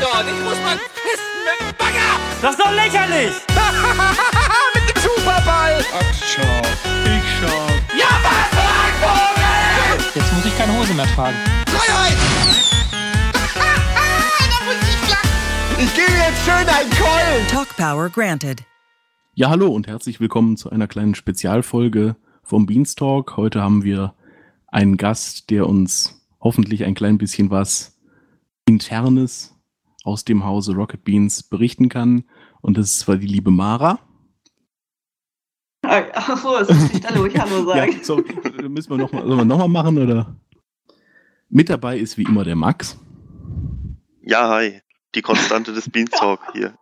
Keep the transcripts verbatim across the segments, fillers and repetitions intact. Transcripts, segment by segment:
dort. Ich muss mal pissen mit dem Bagger. Das ist doch lächerlich. Mit dem Superball. Ach, schau. Ich schau. Ja, was, Vogel? Jetzt muss ich keine Hose mehr tragen. Freiheit. Da muss ich lachen. Ich gebe jetzt schön einen Keulen. Talk Power granted. Ja, hallo und herzlich willkommen zu einer kleinen Spezialfolge vom Beanstalk. Heute haben wir einen Gast, der uns hoffentlich ein klein bisschen was Internes aus dem Hause Rocket Beans berichten kann. Und das ist zwar die liebe Mara. Ach so, es ist nicht Hallo, ich Hallo sagen. Ja, so, müssen wir noch mal, sollen wir nochmal machen, oder? Mit dabei ist wie immer der Max. Ja, hi. Die Konstante des Beanstalk hier.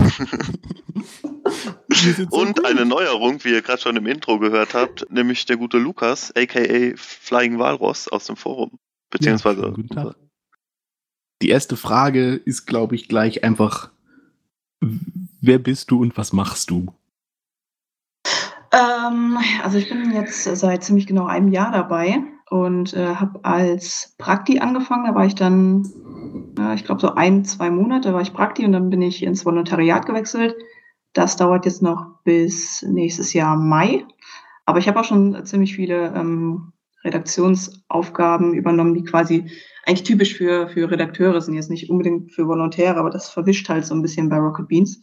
So und gut. eine Neuerung, wie ihr gerade schon im Intro gehört habt, nämlich der gute Lukas, aka Flying Walross aus dem Forum. Beziehungsweise. Ja, guten Tag. Die erste Frage ist, glaube ich, gleich einfach: Wer bist du und was machst du? Ähm, also ich bin jetzt seit ziemlich genau einem Jahr dabei und äh, habe als Prakti angefangen. Da war ich dann, äh, ich glaube so ein, zwei Monate war ich Prakti und dann bin ich ins Volontariat gewechselt. Das dauert jetzt noch bis nächstes Jahr Mai. Aber ich habe auch schon ziemlich viele ähm, Redaktionsaufgaben übernommen, die quasi eigentlich typisch für, für Redakteure sind, jetzt nicht unbedingt für Volontäre, aber das verwischt halt so ein bisschen bei Rocket Beans.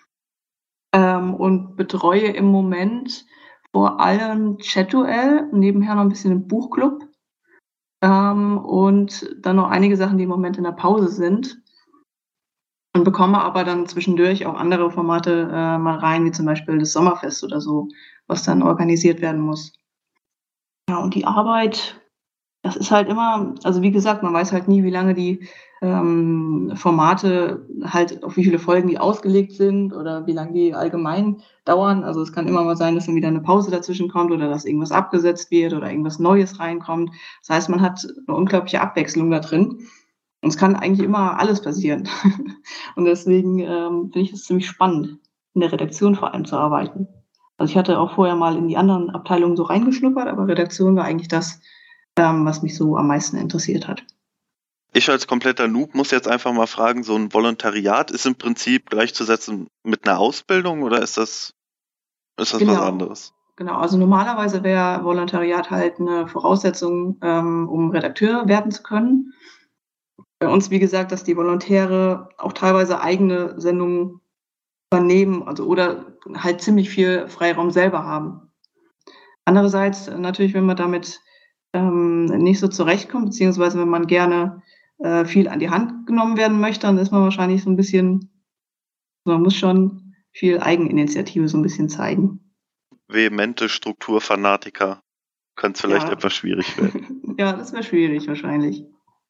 Ähm, und betreue im Moment vor allem Chat-Duell, nebenher noch ein bisschen im Buchclub ähm, und dann noch einige Sachen, die im Moment in der Pause sind. Und bekomme aber dann zwischendurch auch andere Formate äh, mal rein, wie zum Beispiel das Sommerfest oder so, was dann organisiert werden muss. Ja, und die Arbeit, das ist halt immer, also wie gesagt, man weiß halt nie, wie lange die ähm, Formate halt, auf wie viele Folgen die ausgelegt sind oder wie lange die allgemein dauern. Also es kann immer mal sein, dass dann wieder eine Pause dazwischen kommt oder dass irgendwas abgesetzt wird oder irgendwas Neues reinkommt. Das heißt, man hat eine unglaubliche Abwechslung da drin. Und es kann eigentlich immer alles passieren. Und deswegen ähm, finde ich es ziemlich spannend, in der Redaktion vor allem zu arbeiten. Also ich hatte auch vorher mal in die anderen Abteilungen so reingeschnuppert, aber Redaktion war eigentlich das, ähm, was mich so am meisten interessiert hat. Ich als kompletter Noob muss jetzt einfach mal fragen, so ein Volontariat ist im Prinzip gleichzusetzen mit einer Ausbildung oder ist das, ist das Genau. was anderes? Genau, also normalerweise wäre Volontariat halt eine Voraussetzung, ähm, um Redakteur werden zu können. Bei uns, wie gesagt, dass die Volontäre auch teilweise eigene Sendungen übernehmen, also oder halt ziemlich viel Freiraum selber haben. Andererseits natürlich, wenn man damit ähm, nicht so zurechtkommt, beziehungsweise wenn man gerne äh, viel an die Hand genommen werden möchte, dann ist man wahrscheinlich so ein bisschen, man muss schon viel Eigeninitiative so ein bisschen zeigen. Vehemente Strukturfanatiker könnte es vielleicht Ja. etwas schwierig werden. Ja, das wäre schwierig wahrscheinlich.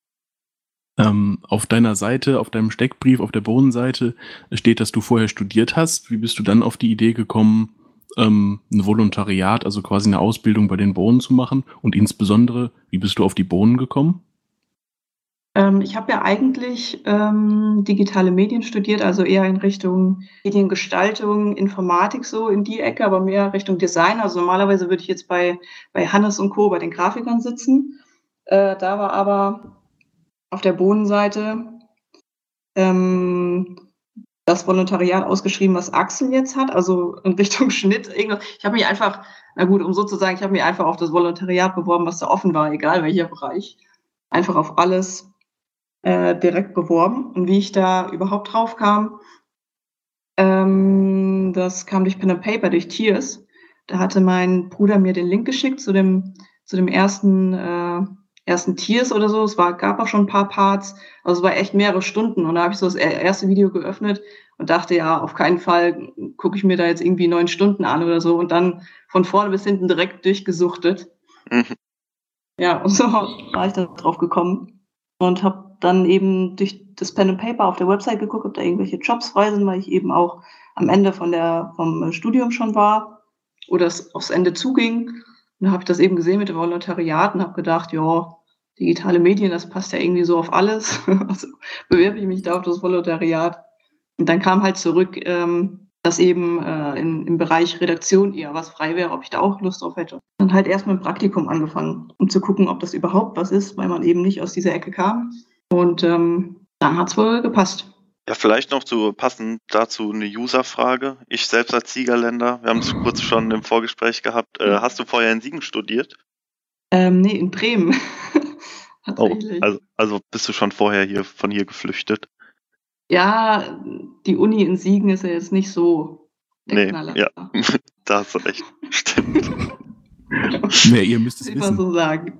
Ähm, auf deiner Seite, auf deinem Steckbrief, auf der Bohnenseite steht, dass du vorher studiert hast. Wie bist du dann auf die Idee gekommen, ähm, ein Volontariat, also quasi eine Ausbildung bei den Bohnen zu machen? Und insbesondere, wie bist du auf die Bohnen gekommen? Ähm, ich habe ja eigentlich ähm, digitale Medien studiert, also eher in Richtung Mediengestaltung, Informatik, so in die Ecke, aber mehr Richtung Design. Also normalerweise würde ich jetzt bei, bei Hannes und Co. bei den Grafikern sitzen. Äh, da war aber auf der Bohnenseite ähm, das Volontariat ausgeschrieben, was Axel jetzt hat, also in Richtung Schnitt. Irgendwas. Ich habe mich einfach, na gut, um so zu sagen, ich habe mich einfach auf das Volontariat beworben, was da offen war, egal welcher Bereich. Einfach auf alles äh, direkt beworben. Und wie ich da überhaupt drauf kam, ähm, das kam durch Pen and Paper, durch Tiers. Da hatte mein Bruder mir den Link geschickt zu dem, zu dem ersten äh, ersten Tiers oder so. Es war, gab auch schon ein paar Parts. Also es war echt mehrere Stunden. Und da habe ich so das erste Video geöffnet und dachte, ja, auf keinen Fall gucke ich mir da jetzt irgendwie neun Stunden an oder so. Und dann von vorne bis hinten direkt durchgesuchtet. Mhm. Ja, und so war ich da drauf gekommen. Und habe dann eben durch das Pen and Paper auf der Website geguckt, ob da irgendwelche Jobs frei sind, weil ich eben auch am Ende von der, vom Studium schon war oder es aufs Ende zuging. Und dann habe ich das eben gesehen mit dem Volontariat und habe gedacht, ja, digitale Medien, das passt ja irgendwie so auf alles. Also bewerbe ich mich da auf das Volontariat. Und dann kam halt zurück, ähm, dass eben äh, in, im Bereich Redaktion eher was frei wäre, ob ich da auch Lust drauf hätte. Dann halt erst mit dem Praktikum angefangen, um zu gucken, ob das überhaupt was ist, weil man eben nicht aus dieser Ecke kam. Und ähm, dann hat es wohl gepasst. Ja, vielleicht noch zu passend dazu eine User-Frage. Ich selbst als Siegerländer, wir haben es kurz schon im Vorgespräch gehabt. Äh, hast du vorher in Siegen studiert? Ähm, nee, in Bremen. Oh, Tatsächlich. also, also bist du schon vorher hier von hier geflüchtet? Ja, die Uni in Siegen ist ja jetzt nicht so der Nee, Knaller. ja, da hast du recht. Stimmt. Nee, ihr müsst es Muss ich mal wissen. so sagen.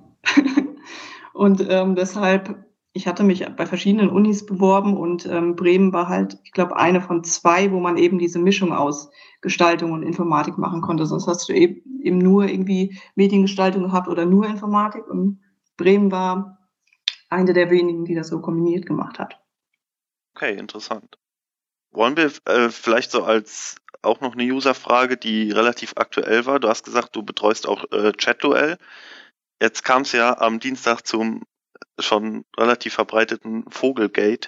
Und ähm, deshalb, ich hatte mich bei verschiedenen Unis beworben und ähm, Bremen war halt, ich glaube, eine von zwei, wo man eben diese Mischung aus Gestaltung und Informatik machen konnte. Sonst hast du eben, eben nur irgendwie Mediengestaltung gehabt oder nur Informatik. Und Bremen war eine der wenigen, die das so kombiniert gemacht hat. Okay, interessant. Wollen wir äh, vielleicht so als auch noch eine User-Frage, die relativ aktuell war. Du hast gesagt, du betreust auch äh, Chat-Duell. Jetzt kam es ja am Dienstag zum schon relativ verbreiteten Vogelgate.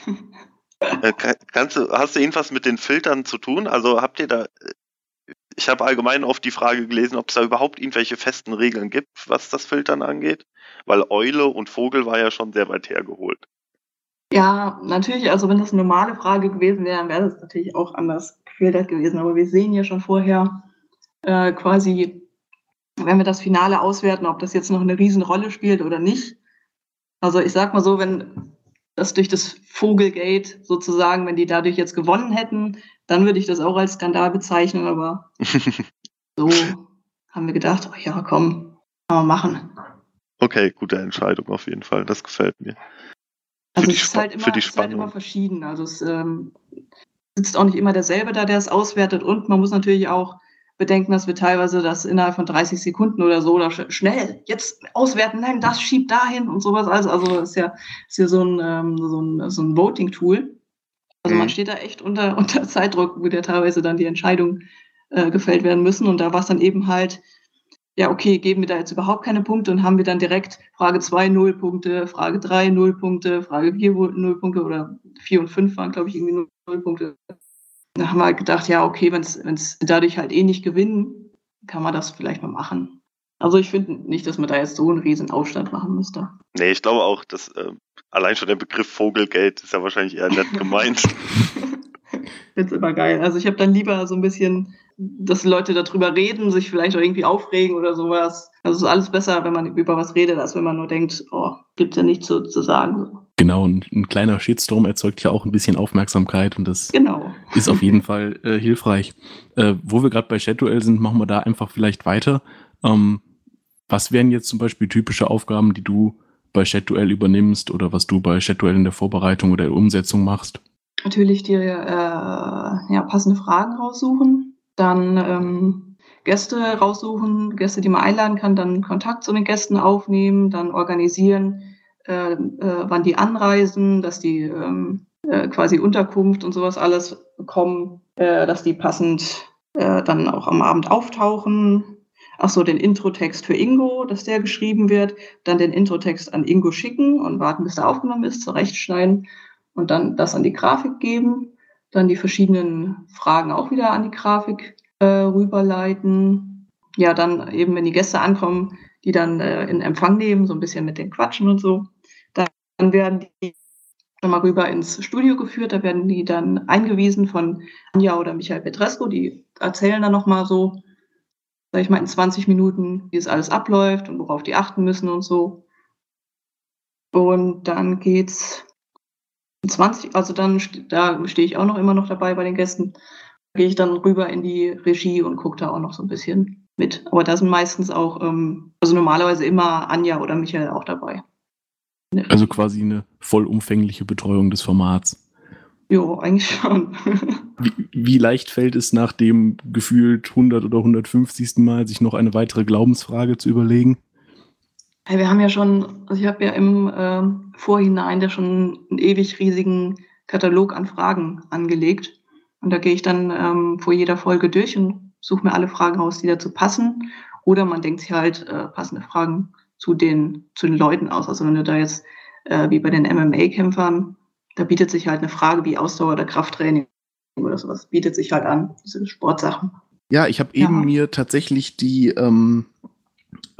äh, kannst du, hast du irgendwas mit den Filtern zu tun? Also habt ihr da, ich habe allgemein oft die Frage gelesen, ob es da überhaupt irgendwelche festen Regeln gibt, was das Filtern angeht, weil Eule und Vogel war ja schon sehr weit hergeholt. Ja, natürlich, also wenn das eine normale Frage gewesen wäre, dann wäre das natürlich auch anders gefiltert gewesen. Aber wir sehen ja schon vorher äh, quasi, wenn wir das Finale auswerten, ob das jetzt noch eine Riesenrolle spielt oder nicht. Also ich sag mal so, wenn das durch das Vogelgate sozusagen, wenn die dadurch jetzt gewonnen hätten, dann würde ich das auch als Skandal bezeichnen. Aber so haben wir gedacht, oh ja, komm, kann man machen. Okay, gute Entscheidung auf jeden Fall, das gefällt mir. Also Für es die ist halt Spa- immer, für die es ist halt immer Spannung. verschieden. Also es ähm, sitzt auch nicht immer derselbe da, der es auswertet. Und man muss natürlich auch bedenken, dass wir teilweise das innerhalb von dreißig Sekunden oder so, oder sch- schnell, jetzt auswerten, nein, das schiebt dahin und sowas. Also, also es ist ja, ist ja so ein, ähm, so ein, so ein Voting-Tool. Also man Mhm. steht da echt unter, unter Zeitdruck, wo ja teilweise dann die Entscheidungen äh, gefällt werden müssen. Und da war es dann eben halt, ja, okay, geben wir da jetzt überhaupt keine Punkte und haben wir dann direkt Frage zwei, null Punkte, Frage drei, null Punkte, Frage vier, null Punkte oder vier und fünf waren, glaube ich, irgendwie null Punkte. Da haben wir halt gedacht, ja, okay, wenn es dadurch halt eh nicht gewinnen, kann man das vielleicht mal machen. Also ich finde nicht, dass man da jetzt so einen riesen Aufstand machen müsste. Nee, ich glaube auch, dass äh, allein schon der Begriff Vogelgate ist ja wahrscheinlich eher nett gemeint. Ich finde es immer geil. Also ich habe dann lieber so ein bisschen, dass Leute darüber reden, sich vielleicht auch irgendwie aufregen oder sowas. Also es ist alles besser, wenn man über was redet, als wenn man nur denkt, oh, gibt's ja nichts zu, zu sagen. Genau, ein, ein kleiner Shitstorm erzeugt ja auch ein bisschen Aufmerksamkeit und das Genau. ist auf jeden Fall äh, hilfreich. Äh, wo wir gerade bei Chat-Duell sind, machen wir da einfach vielleicht weiter. Ähm, was wären jetzt zum Beispiel typische Aufgaben, die du bei Chat-Duell übernimmst oder was du bei Chat-Duell in der Vorbereitung oder der Umsetzung machst? Natürlich dir äh, ja, passende Fragen raussuchen, dann ähm, Gäste raussuchen, Gäste, die man einladen kann, dann Kontakt zu den Gästen aufnehmen, dann organisieren, äh, äh, wann die anreisen, dass die ähm, äh, quasi Unterkunft und sowas alles bekommen, äh, dass die passend äh, dann auch am Abend auftauchen. Ach so, den Introtext für Ingo, dass der geschrieben wird, dann den Introtext an Ingo schicken und warten, bis der aufgenommen ist, zurechtschneiden und dann das an die Grafik geben, dann die verschiedenen Fragen auch wieder an die Grafik äh, rüberleiten. Ja, dann eben, wenn die Gäste ankommen, die dann äh, in Empfang nehmen, so ein bisschen mit den Quatschen und so. Dann werden die nochmal rüber ins Studio geführt, da werden die dann eingewiesen von Anja oder Michael Petrescu, die erzählen dann nochmal so, sag ich mal, in zwanzig Minuten, wie es alles abläuft und worauf die achten müssen und so. Und dann geht's zwanzig, also dann, da stehe ich auch noch immer noch dabei bei den Gästen, gehe ich dann rüber in die Regie und gucke da auch noch so ein bisschen mit. Aber da sind meistens auch, ähm, also normalerweise immer Anja oder Michael auch dabei. Also quasi eine vollumfängliche Betreuung des Formats. Jo, eigentlich schon. Wie, wie leicht fällt es nach dem gefühlt hundert oder hundertfünfzigsten Mal, sich noch eine weitere Glaubensfrage zu überlegen? Wir haben ja schon, also ich habe ja im äh, Vorhinein ja schon einen ewig riesigen Katalog an Fragen angelegt. Und da gehe ich dann ähm, vor jeder Folge durch und suche mir alle Fragen raus, die dazu passen. Oder man denkt sich halt äh, passende Fragen zu den, zu den Leuten aus. Also wenn du da jetzt, äh, wie bei den M M A-Kämpfern, da bietet sich halt eine Frage wie Ausdauer oder Krafttraining oder sowas, bietet sich halt an, diese Sportsachen. Ja, ich habe eben Ja. mir tatsächlich die, ähm,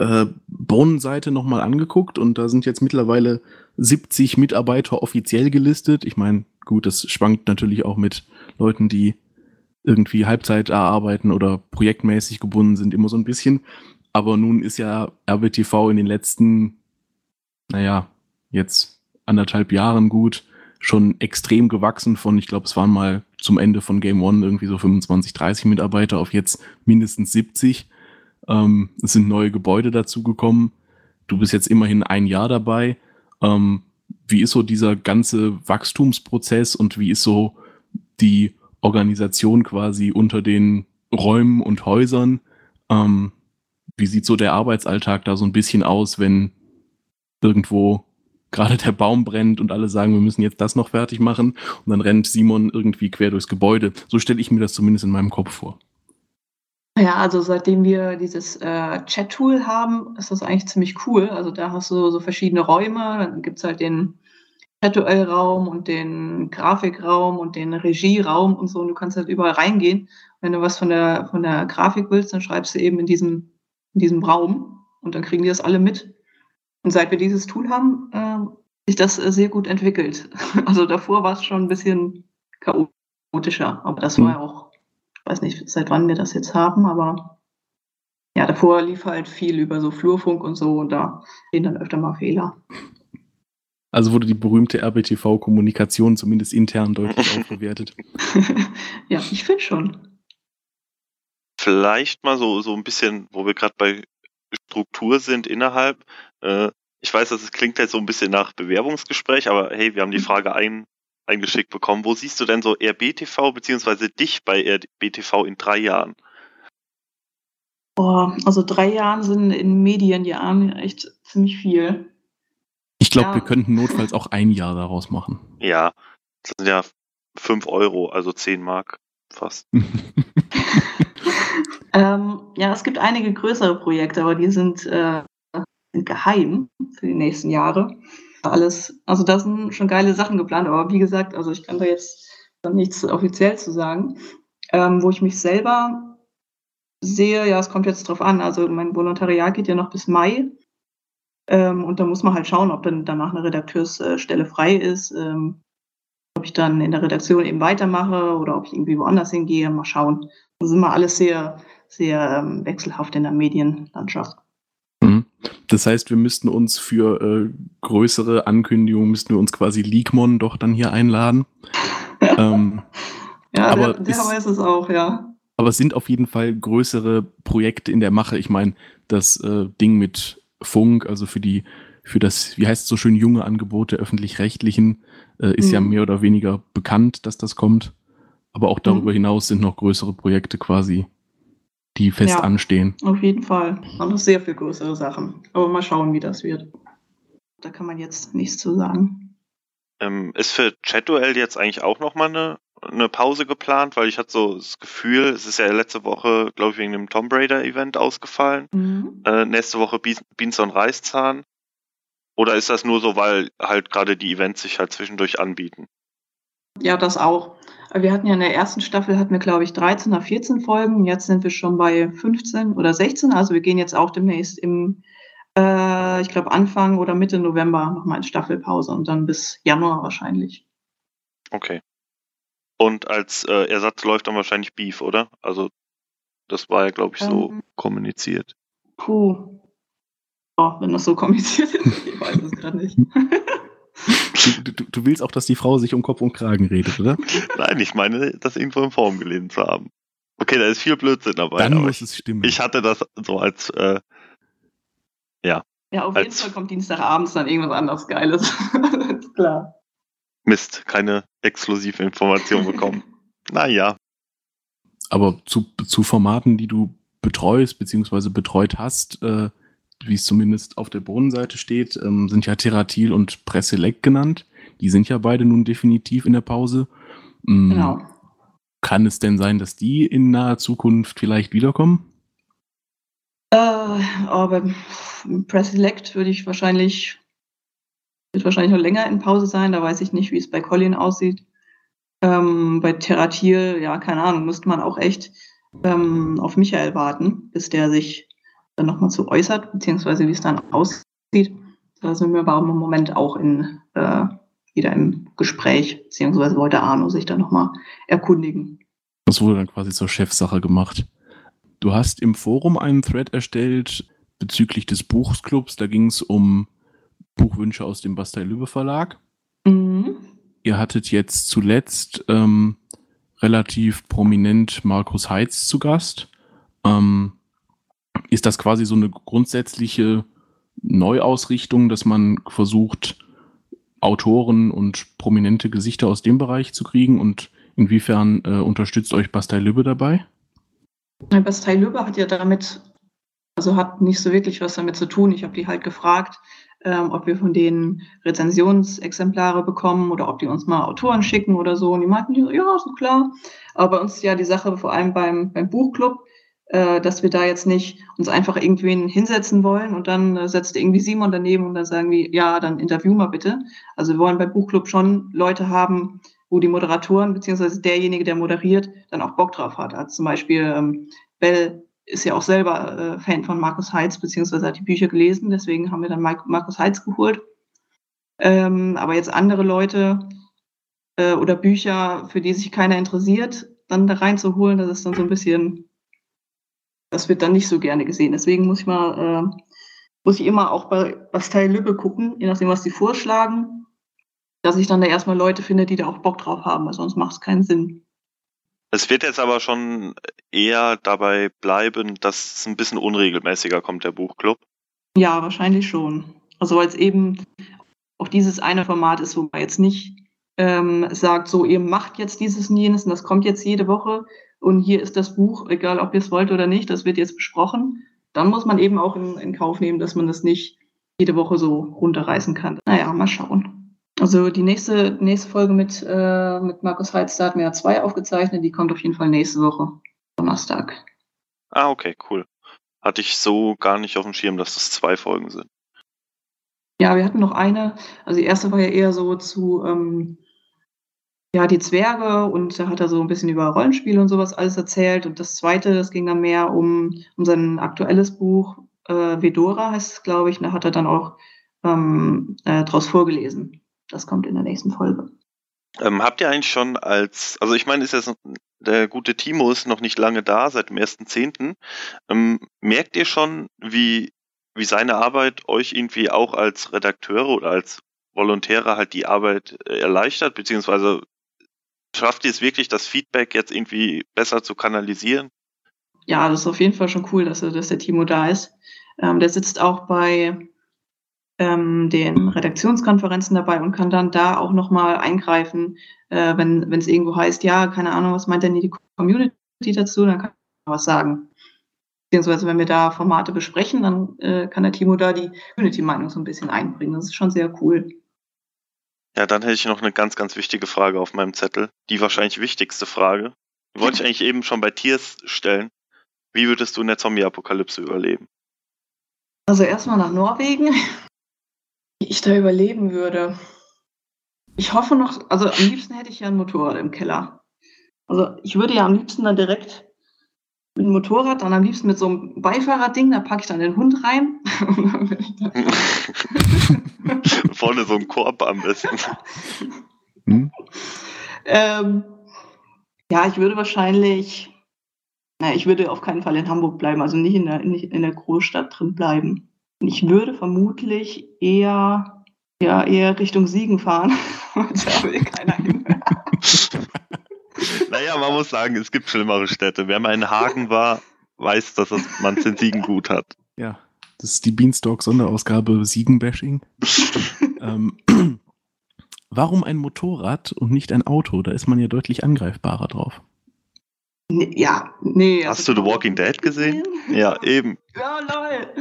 äh, Bohnen-Seite nochmal angeguckt und da sind jetzt mittlerweile siebzig Mitarbeiter offiziell gelistet. Ich meine, gut, das schwankt natürlich auch mit Leuten, die irgendwie Halbzeit arbeiten oder projektmäßig gebunden sind, immer so ein bisschen. Aber nun ist ja R B T V in den letzten, naja, jetzt anderthalb Jahren gut, schon extrem gewachsen von, ich glaube, es waren mal zum Ende von Game One irgendwie so fünfundzwanzig, dreißig Mitarbeiter auf jetzt mindestens siebzig. Ähm, es sind neue Gebäude dazugekommen. Du bist jetzt immerhin ein Jahr dabei. Ähm, wie ist so dieser ganze Wachstumsprozess und wie ist so die Organisation quasi unter den Räumen und Häusern? Ähm, wie sieht so der Arbeitsalltag da so ein bisschen aus, wenn irgendwo gerade der Baum brennt und alle sagen, wir müssen jetzt das noch fertig machen und dann rennt Simon irgendwie quer durchs Gebäude. So stelle ich mir das zumindest in meinem Kopf vor. Ja, also seitdem wir dieses äh, Chat-Tool haben, ist das eigentlich ziemlich cool. Also da hast du so verschiedene Räume, dann gibt es halt den Chat-Raum und den Grafikraum und den Regieraum und so und du kannst halt überall reingehen. Wenn du was von der, von der Grafik willst, dann schreibst du eben in diesem, in diesem Raum und dann kriegen die das alle mit. Und seit wir dieses Tool haben, äh, sich das äh, sehr gut entwickelt. Also davor war es schon ein bisschen chaotischer, aber das war ja auch, ich weiß nicht, seit wann wir das jetzt haben, aber ja, davor lief halt viel über so Flurfunk und so und da stehen dann öfter mal Fehler. Also wurde die berühmte R B T V-Kommunikation zumindest intern deutlich aufgewertet. Ja, ich finde schon. Vielleicht mal so, so ein bisschen, wo wir gerade bei Struktur sind innerhalb. Äh, ich weiß, dass es klingt jetzt so ein bisschen nach Bewerbungsgespräch, aber hey, wir haben die Frage ein, eingeschickt bekommen. Wo siehst du denn so R B T V beziehungsweise dich bei R B T V in drei Jahren? Boah, also drei Jahren sind in Medienjahren echt ziemlich viel. Ich glaube, Ja. wir könnten notfalls auch ein Jahr daraus machen. Ja, das sind ja fünf Euro, also zehn Mark fast. Ähm, ja, es gibt einige größere Projekte, aber die sind, äh, sind geheim für die nächsten Jahre. Alles, also da sind schon geile Sachen geplant, aber wie gesagt, also ich kann da jetzt noch nichts offiziell zu sagen. Ähm, wo ich mich selber sehe, ja, es kommt jetzt drauf an, also mein Volontariat geht ja noch bis Mai. Ähm, und da muss man halt schauen, ob dann danach eine Redakteursstelle frei ist, ähm, ob ich dann in der Redaktion eben weitermache oder ob ich irgendwie woanders hingehe, mal schauen. Das ist immer alles sehr, sehr ähm, wechselhaft in der Medienlandschaft. Mhm. Das heißt, wir müssten uns für äh, größere Ankündigungen, müssten wir uns quasi Leakmon doch dann hier einladen. ähm, Ja, aber der, der ist- weiß es auch, ja. Aber es sind auf jeden Fall größere Projekte in der Mache. Ich meine, das äh, Ding mit Funk, also für die, für das, wie heißt es so schön, junge Angebot der Öffentlich-Rechtlichen, äh, ist Mhm. ja mehr oder weniger bekannt, dass das kommt. Aber auch darüber Mhm. hinaus sind noch größere Projekte quasi, die fest Ja. anstehen. Auf jeden Fall. Und noch sehr viel größere Sachen. Aber mal schauen, wie das wird. Da kann man jetzt nichts zu sagen. Ähm, ist für Chat-Duell jetzt eigentlich auch nochmal eine, eine Pause geplant? Weil ich hatte so das Gefühl, es ist ja letzte Woche, glaube ich, wegen dem Tomb Raider-Event ausgefallen. Mhm. Äh, nächste Woche Beans, Beans und Reiszahn. Oder ist das nur so, weil halt gerade die Events sich halt zwischendurch anbieten? Ja, das auch. Wir hatten ja in der ersten Staffel, hatten wir, glaube ich, dreizehn oder vierzehn Folgen. Jetzt sind wir schon bei fünfzehn oder sechzehn. Also wir gehen jetzt auch demnächst im, äh, ich glaube, Anfang oder Mitte November nochmal in Staffelpause und dann bis Januar wahrscheinlich. Okay. Und als äh, Ersatz läuft dann wahrscheinlich Beef, oder? Also das war ja, glaube ich, so Ähm. kommuniziert. Puh. Oh, wenn das so kompliziert ist, ich weiß es gerade nicht. Du, du, du willst auch, dass die Frau sich um Kopf und Kragen redet, oder? Nein, ich meine, das irgendwo in Form gelesen zu haben. Okay, da ist viel Blödsinn dabei. Dann aber muss es stimmen. ich hatte das so als, äh, Ja, auf jeden Als- Fall kommt Dienstagabends dann irgendwas anderes Geiles. Ist klar. Mist, keine exklusive Information bekommen. Naja, Aber zu, zu Formaten, die du betreust, beziehungsweise betreut hast, äh, wie es zumindest auf der Bohnenseite steht, ähm, sind ja Terratil und Presselect genannt. Die sind ja beide nun definitiv in der Pause. Mm, Genau. Kann es denn sein, dass die in naher Zukunft vielleicht wiederkommen? Äh, aber beim Press Select würde ich wahrscheinlich, wird wahrscheinlich noch länger in Pause sein. Da weiß ich nicht, wie es bei Colin aussieht. Ähm, bei Terratil, ja, keine Ahnung, müsste man auch echt ähm, auf Michael warten, bis der sich dann nochmal zu äußert, beziehungsweise wie es dann aussieht. Da sind wir aber im Moment auch in, äh, wieder im Gespräch, beziehungsweise wollte Arno sich dann nochmal erkundigen. Das wurde dann quasi zur Chefsache gemacht. Du hast im Forum einen Thread erstellt bezüglich des Buchclubs. Da ging es um Buchwünsche aus dem Bastei-Lübbe Verlag. Mhm. Ihr hattet jetzt zuletzt ähm, relativ prominent Markus Heitz zu Gast. Ähm, ist das quasi so eine grundsätzliche Neuausrichtung, dass man versucht, Autoren und prominente Gesichter aus dem Bereich zu kriegen? Und inwiefern äh, unterstützt euch Bastei-Lübbe dabei? Bastei-Lübbe hat ja damit, also hat nicht so wirklich was damit zu tun. Ich habe die halt gefragt, ähm, ob wir von denen Rezensionsexemplare bekommen oder ob die uns mal Autoren schicken oder so. Und die meinten, ja, so klar. Aber bei uns ist ja die Sache vor allem beim, beim Buchclub, äh, dass wir da jetzt nicht uns einfach irgendwen hinsetzen wollen und dann äh, setzt irgendwie Simon daneben und dann sagen die, ja, dann interview mal bitte. Also wir wollen beim Buchclub schon Leute haben, wo die Moderatoren beziehungsweise derjenige, der moderiert, dann auch Bock drauf hat. Also zum Beispiel ähm, Bell ist ja auch selber äh, Fan von Markus Heitz, beziehungsweise hat die Bücher gelesen, deswegen haben wir dann Mar- Markus Heitz geholt. Ähm, aber jetzt andere Leute äh, oder Bücher, für die sich keiner interessiert, dann da reinzuholen, das ist dann so ein bisschen, das wird dann nicht so gerne gesehen. Deswegen muss ich mal, äh, muss ich immer auch bei Bastei-Lübbe gucken, je nachdem, was die vorschlagen, dass ich dann da erstmal Leute finde, die da auch Bock drauf haben, weil sonst macht es keinen Sinn. Es wird jetzt aber schon eher dabei bleiben, dass es ein bisschen unregelmäßiger kommt, der Buchclub. Ja, wahrscheinlich schon. Also weil es eben auch dieses eine Format ist, wo man jetzt nicht ähm, sagt, so ihr macht jetzt dieses und jenes und das kommt jetzt jede Woche und hier ist das Buch, egal ob ihr es wollt oder nicht, das wird jetzt besprochen. Dann muss man eben auch in, in Kauf nehmen, dass man das nicht jede Woche so runterreißen kann. Naja, mal schauen. Also die nächste, nächste Folge mit, äh, mit Markus Heitz, da hatten wir ja zwei aufgezeichnet, die kommt auf jeden Fall nächste Woche, Donnerstag. Ah, okay, cool. Hatte ich so gar nicht auf dem Schirm, dass das zwei Folgen sind. Ja, wir hatten noch eine, also die erste war ja eher so zu, ähm, ja, die Zwerge und da hat er so ein bisschen über Rollenspiele und sowas alles erzählt und das zweite, das ging dann mehr um, um sein aktuelles Buch, äh, Vedora heißt es, glaube ich, und da hat er dann auch ähm, äh, draus vorgelesen. Das kommt in der nächsten Folge. Ähm, habt ihr eigentlich schon als, also ich meine, ist jetzt der gute Timo ist noch nicht lange da, seit dem ersten zehnten Ähm, merkt ihr schon, wie, wie seine Arbeit euch irgendwie auch als Redakteure oder als Volontäre halt die Arbeit äh, erleichtert, beziehungsweise schafft ihr es wirklich, das Feedback jetzt irgendwie besser zu kanalisieren? Ja, das ist auf jeden Fall schon cool, dass, dass der Timo da ist. Ähm, der sitzt auch bei ähm, den Redaktionskonferenzen dabei und kann dann da auch nochmal eingreifen, äh, wenn es irgendwo heißt, ja, keine Ahnung, was meint denn die Community dazu, dann kann er was sagen. Beziehungsweise wenn wir da Formate besprechen, dann äh, kann der Timo da die Community-Meinung so ein bisschen einbringen. Das ist schon sehr cool. Ja, dann hätte ich noch eine ganz, ganz wichtige Frage auf meinem Zettel. Die wahrscheinlich wichtigste Frage. Die wollte ich eigentlich eben schon bei Tiers stellen. Wie würdest du in der Zombie-Apokalypse überleben? Also erstmal nach Norwegen. Wie ich da überleben würde. Ich hoffe noch, also am liebsten hätte ich ja ein Motorrad im Keller. Also ich würde ja am liebsten dann direkt mit dem Motorrad, dann am liebsten mit so einem Beifahrer-Ding, da packe ich dann den Hund rein. Vorne so ein Korb am besten. Hm? ähm, ja, ich würde wahrscheinlich, na, ich würde auf keinen Fall in Hamburg bleiben, also nicht in der, nicht in der Großstadt drin bleiben. Ich würde vermutlich eher, ja, eher Richtung Siegen fahren. Da will keiner hin. Naja, man muss sagen, es gibt schlimmere Städte. Wer mal in Hagen war, weiß, dass man es in Siegen gut hat. Ja, das ist die Beanstalk-Sonderausgabe Siegen-Bashing. ähm, warum ein Motorrad und nicht ein Auto? Da ist man ja deutlich angreifbarer drauf. Nee, ja, nee. Hast du The Walking Dead gesehen? Ja, eben. Ja, lol.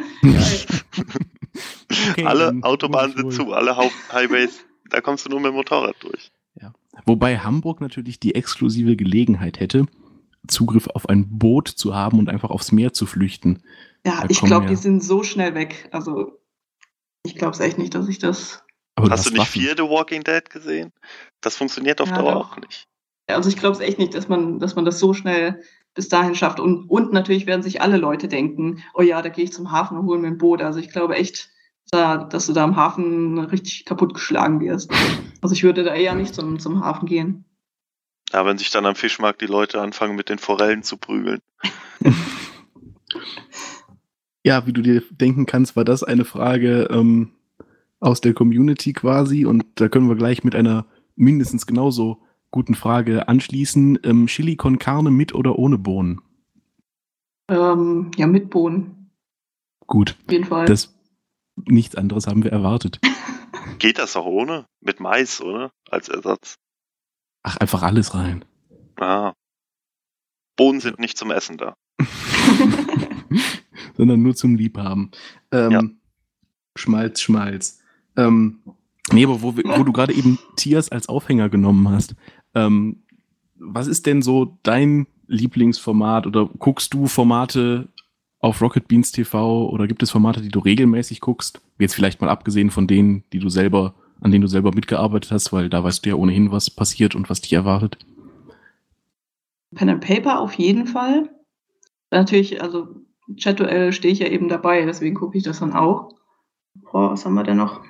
Okay, alle dann Autobahnen muss ich sind wohl- zu, alle Haupthighways, da kommst du nur mit dem Motorrad durch. Ja. Wobei Hamburg natürlich die exklusive Gelegenheit hätte, Zugriff auf ein Boot zu haben und einfach aufs Meer zu flüchten. Ja, Da ich kommen glaube, ja- die sind so schnell weg. Also, ich glaube es echt nicht, dass ich das. Aber Hast du nicht Waffen. vier The Walking Dead gesehen? Das funktioniert auf Ja, Dauer doch. auch nicht. Also, ich glaube es echt nicht, dass man, dass man das so schnell bis dahin schafft. Und, und natürlich werden sich alle Leute denken, oh ja, da gehe ich zum Hafen und hole mir ein Boot. Also ich glaube echt, da, dass du da am Hafen richtig kaputtgeschlagen wirst. Also ich würde da eher nicht zum, zum Hafen gehen. Ja, wenn sich dann am Fischmarkt die Leute anfangen, mit den Forellen zu prügeln. Ja, wie du dir denken kannst, war das eine Frage ähm, aus der Community quasi. Und da können wir gleich mit einer mindestens genauso guten Frage anschließen. Ähm, Chili con Carne mit oder ohne Bohnen? Ähm, ja, mit Bohnen. Gut. Auf jeden Fall. Das, nichts anderes haben wir erwartet. Geht das auch ohne? Mit Mais, oder? Als Ersatz. Ach, einfach alles rein. Ah. Bohnen sind nicht zum Essen da. Sondern nur zum Liebhaben. Ähm, Ja. Schmalz, Schmalz. Ähm, nee, aber wo, wir- wo du gerade eben Tiers als Aufhänger genommen hast, ähm, was ist denn so dein Lieblingsformat oder guckst du Formate auf Rocket Beans T V oder gibt es Formate, die du regelmäßig guckst? Jetzt vielleicht mal abgesehen von denen, die du selber, an denen du selber mitgearbeitet hast, weil da weißt du ja ohnehin, was passiert und was dich erwartet. Pen and Paper auf jeden Fall. Natürlich, also Chat-Duell stehe ich ja eben dabei, deswegen gucke ich das dann auch. Boah, was haben wir denn noch?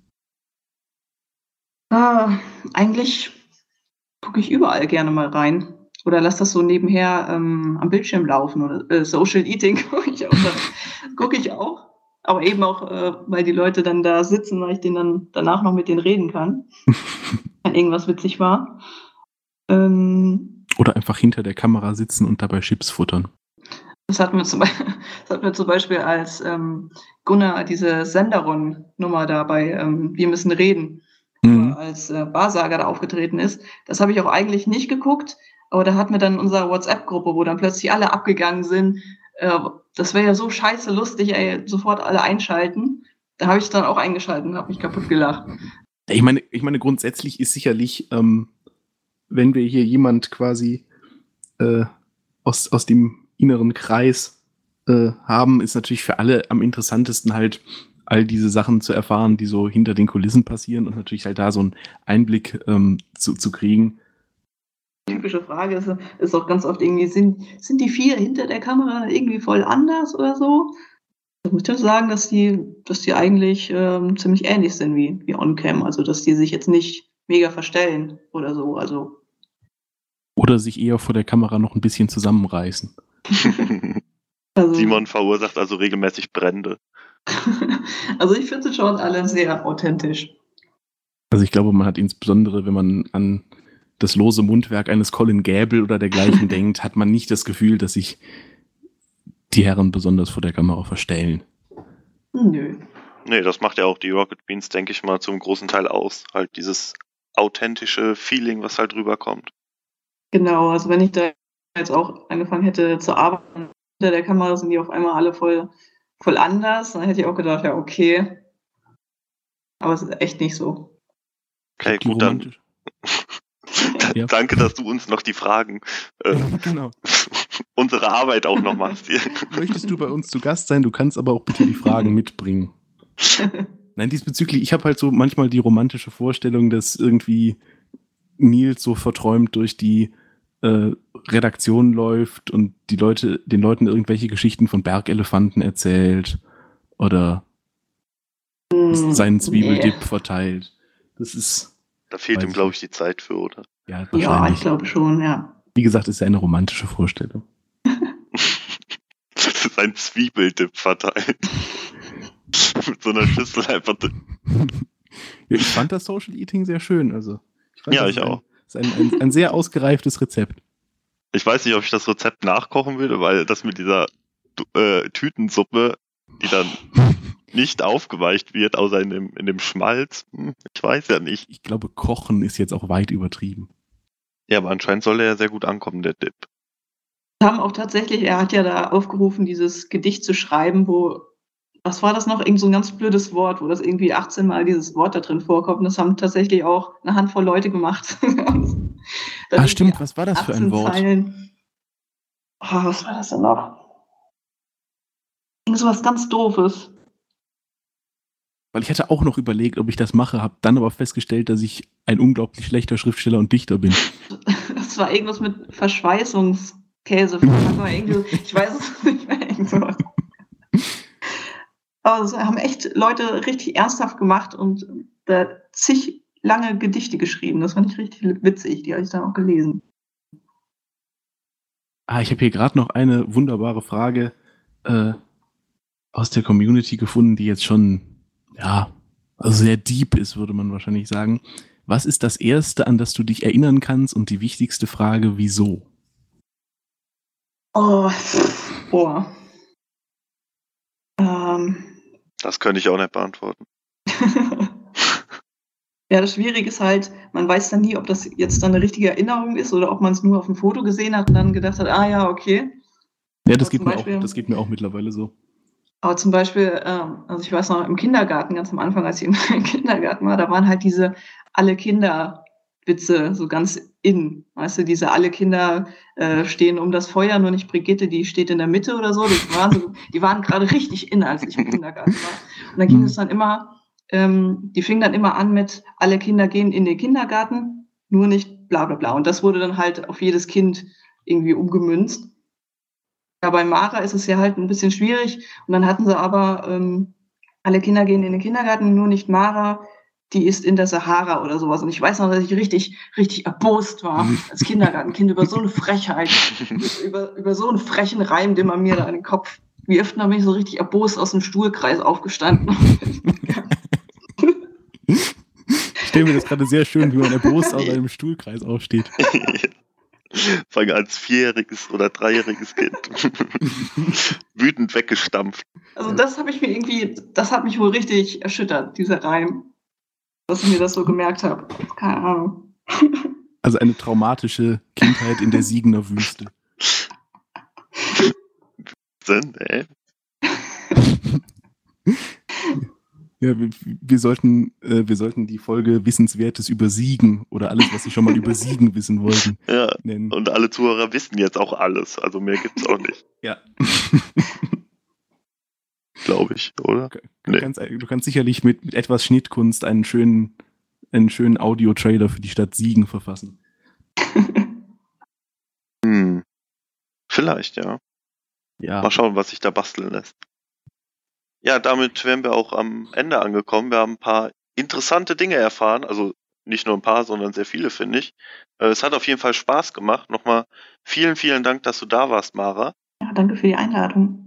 Ah, eigentlich gucke ich überall gerne mal rein. Oder lass das so nebenher ähm, am Bildschirm laufen. Oder äh, Social Eating gucke ich auch. gucke ich auch. Aber eben auch, äh, weil die Leute dann da sitzen, weil ich denen dann danach noch mit denen reden kann. Wenn irgendwas witzig war. Ähm, Oder einfach hinter der Kamera sitzen und dabei Chips futtern. Das hatten wir zum, Be- das hatten wir zum Beispiel, als ähm, Gunnar diese Senderon-Nummer da bei ähm, Wir müssen reden, Mhm. als äh, Wahrsager da aufgetreten ist. Das habe ich auch eigentlich nicht geguckt, aber da hatten wir dann unsere WhatsApp-Gruppe, wo dann plötzlich alle abgegangen sind. Äh, das wäre ja so scheiße lustig, ey, sofort alle einschalten. Da habe ich dann auch eingeschaltet und habe mich kaputt gelacht. Ich meine, ich meine, grundsätzlich ist sicherlich, ähm, wenn wir hier jemand quasi äh, aus, aus dem inneren Kreis äh, haben, ist natürlich für alle am interessantesten halt all diese Sachen zu erfahren, die so hinter den Kulissen passieren und natürlich halt da so einen Einblick ähm, zu, zu kriegen. Typische Frage ist, ist auch ganz oft irgendwie, sind, sind die vier hinter der Kamera irgendwie voll anders oder so? Ich muss ja sagen, dass die, dass die eigentlich ähm, ziemlich ähnlich sind wie, wie On-Cam, also dass die sich jetzt nicht mega verstellen oder so. Also Oder sich eher vor der Kamera noch ein bisschen zusammenreißen. Also, Simon verursacht also regelmäßig Brände. also ich finde sie schon alle sehr authentisch. Also ich glaube, man hat insbesondere, wenn man an das lose Mundwerk eines Colin Gäbel oder dergleichen denkt, hat man nicht das Gefühl, dass sich die Herren besonders vor der Kamera verstellen. Nö. Nee, das macht ja auch die Rocket Beans, denke ich mal, zum großen Teil aus. Halt dieses authentische Feeling, was halt rüberkommt. Genau, also wenn ich da jetzt auch angefangen hätte zu arbeiten, hinter der Kamera sind die auf einmal alle voll, voll anders, dann hätte ich auch gedacht, ja, okay. Aber es ist echt nicht so. Okay, Die gut, dann romantisch- Ja. danke, dass du uns noch die Fragen, äh, Genau. unsere Arbeit auch noch machst. hier. Möchtest du bei uns zu Gast sein? Du kannst aber auch bitte die Fragen mitbringen. Nein, diesbezüglich, ich habe halt so manchmal die romantische Vorstellung, dass irgendwie Nils so verträumt durch die äh, Redaktion läuft und die Leute, den Leuten irgendwelche Geschichten von Bergelefanten erzählt oder seinen Zwiebeldip verteilt. Das ist, Da fehlt Weiß ihm, ich glaube ich, die Zeit für, oder? ja, Ja, wahrscheinlich. ich glaube schon, ja. Wie gesagt, ist ja eine romantische Vorstellung. Das ist ein Zwiebeldip verteilt. Mit so einer Schüssel einfach. drin. Ja, ich fand das Social Eating sehr schön. Also, ich fand, Ja, das ich ist auch. Ein, ist ein, ein, ein sehr ausgereiftes Rezept. Ich weiß nicht, ob ich das Rezept nachkochen würde, weil das mit dieser äh, Tütensuppe, die dann nicht aufgeweicht wird, außer in dem, in dem Schmalz, hm, ich weiß ja nicht. Ich glaube, Kochen ist jetzt auch weit übertrieben. Ja, aber anscheinend soll er ja sehr gut ankommen, der Dip. Wir haben auch tatsächlich, er hat ja da aufgerufen, dieses Gedicht zu schreiben, wo, was war das noch? Irgend so ein ganz blödes Wort, wo das irgendwie achtzehn Mal dieses Wort da drin vorkommt. Und das haben tatsächlich auch eine Handvoll Leute gemacht. Ah, stimmt, was war das für ein achtzehn Wort? Zeilen. Oh, was war das denn noch? Irgend so was ganz Doofes. Weil ich hatte auch noch überlegt, ob ich das mache, habe dann aber festgestellt, dass ich ein unglaublich schlechter Schriftsteller und Dichter bin. Das war irgendwas mit Verschweißungs... Käsefladen oder irgendwie so. Ich weiß es nicht mehr. Irgend sowas. Aber es haben echt Leute richtig ernsthaft gemacht und da zig lange Gedichte geschrieben. Das fand ich richtig witzig. Die habe ich dann auch gelesen. Ah, ich habe hier gerade noch eine wunderbare Frage äh, aus der Community gefunden, die jetzt schon, ja, also sehr deep ist, würde man wahrscheinlich sagen. Was ist das Erste, an das du dich erinnern kannst? Und die wichtigste Frage, wieso? Oh, boah. Ähm. Das könnte ich auch nicht beantworten. Ja, das Schwierige ist halt, man weiß dann nie, ob das jetzt dann eine richtige Erinnerung ist oder ob man es nur auf dem Foto gesehen hat und dann gedacht hat, ah ja, okay. Ja, das, Aber geht zum mir, Beispiel- auch, das geht mir auch mittlerweile so. Aber zum Beispiel, ähm, also ich weiß noch, im Kindergarten, ganz am Anfang, als ich im Kindergarten war, da waren halt diese alle Kinder-Witze so ganz in. Weißt du, diese alle Kinder äh, stehen um das Feuer, nur nicht Brigitte, die steht in der Mitte oder so. Die waren, so, die waren gerade richtig in, als ich im Kindergarten war. Und dann ging Mhm. es dann immer, ähm, die fing dann immer an mit, alle Kinder gehen in den Kindergarten, nur nicht bla bla bla. Und das wurde dann halt auf jedes Kind irgendwie umgemünzt. Ja, bei Mara ist es ja halt ein bisschen schwierig. Und dann hatten sie aber, ähm, alle Kinder gehen in den Kindergarten, nur nicht Mara, die ist in der Sahara oder sowas. Und ich weiß noch, dass ich richtig, richtig erbost war als Kindergartenkind über so eine Frechheit, über, über so einen frechen Reim, den man mir da in den Kopf wirft. Und dann bin ich so richtig erbost aus dem Stuhlkreis aufgestanden. Ich stelle mir das gerade sehr schön, wie man erbost aus einem Stuhlkreis aufsteht. Vor allem als vierjähriges oder dreijähriges Kind. Wütend weggestampft. Also das habe ich mir irgendwie, das hat mich wohl richtig erschüttert, dieser Reim. Dass ich mir das so gemerkt habe. Keine Ahnung. Also eine traumatische Kindheit in der Siegener Wüste. Sind, ey. Ja, wir, wir, sollten, äh, wir sollten die Folge Wissenswertes über Siegen oder alles, was Sie schon mal über Siegen wissen wollten, Ja. nennen. Und alle Zuhörer wissen jetzt auch alles. Also mehr gibt's auch nicht. Ja. Glaube ich, oder? Du, Nee. kannst, du kannst sicherlich mit, mit etwas Schnittkunst einen schönen, einen schönen Audio-Trailer für die Stadt Siegen verfassen. Hm. Vielleicht, ja. Ja. Mal schauen, was sich da basteln lässt. Ja, damit wären wir auch am Ende angekommen. Wir haben ein paar interessante Dinge erfahren. Also nicht nur ein paar, sondern sehr viele, finde ich. Äh, Es hat auf jeden Fall Spaß gemacht. Nochmal vielen, vielen Dank, dass du da warst, Mara. Ja, danke für die Einladung.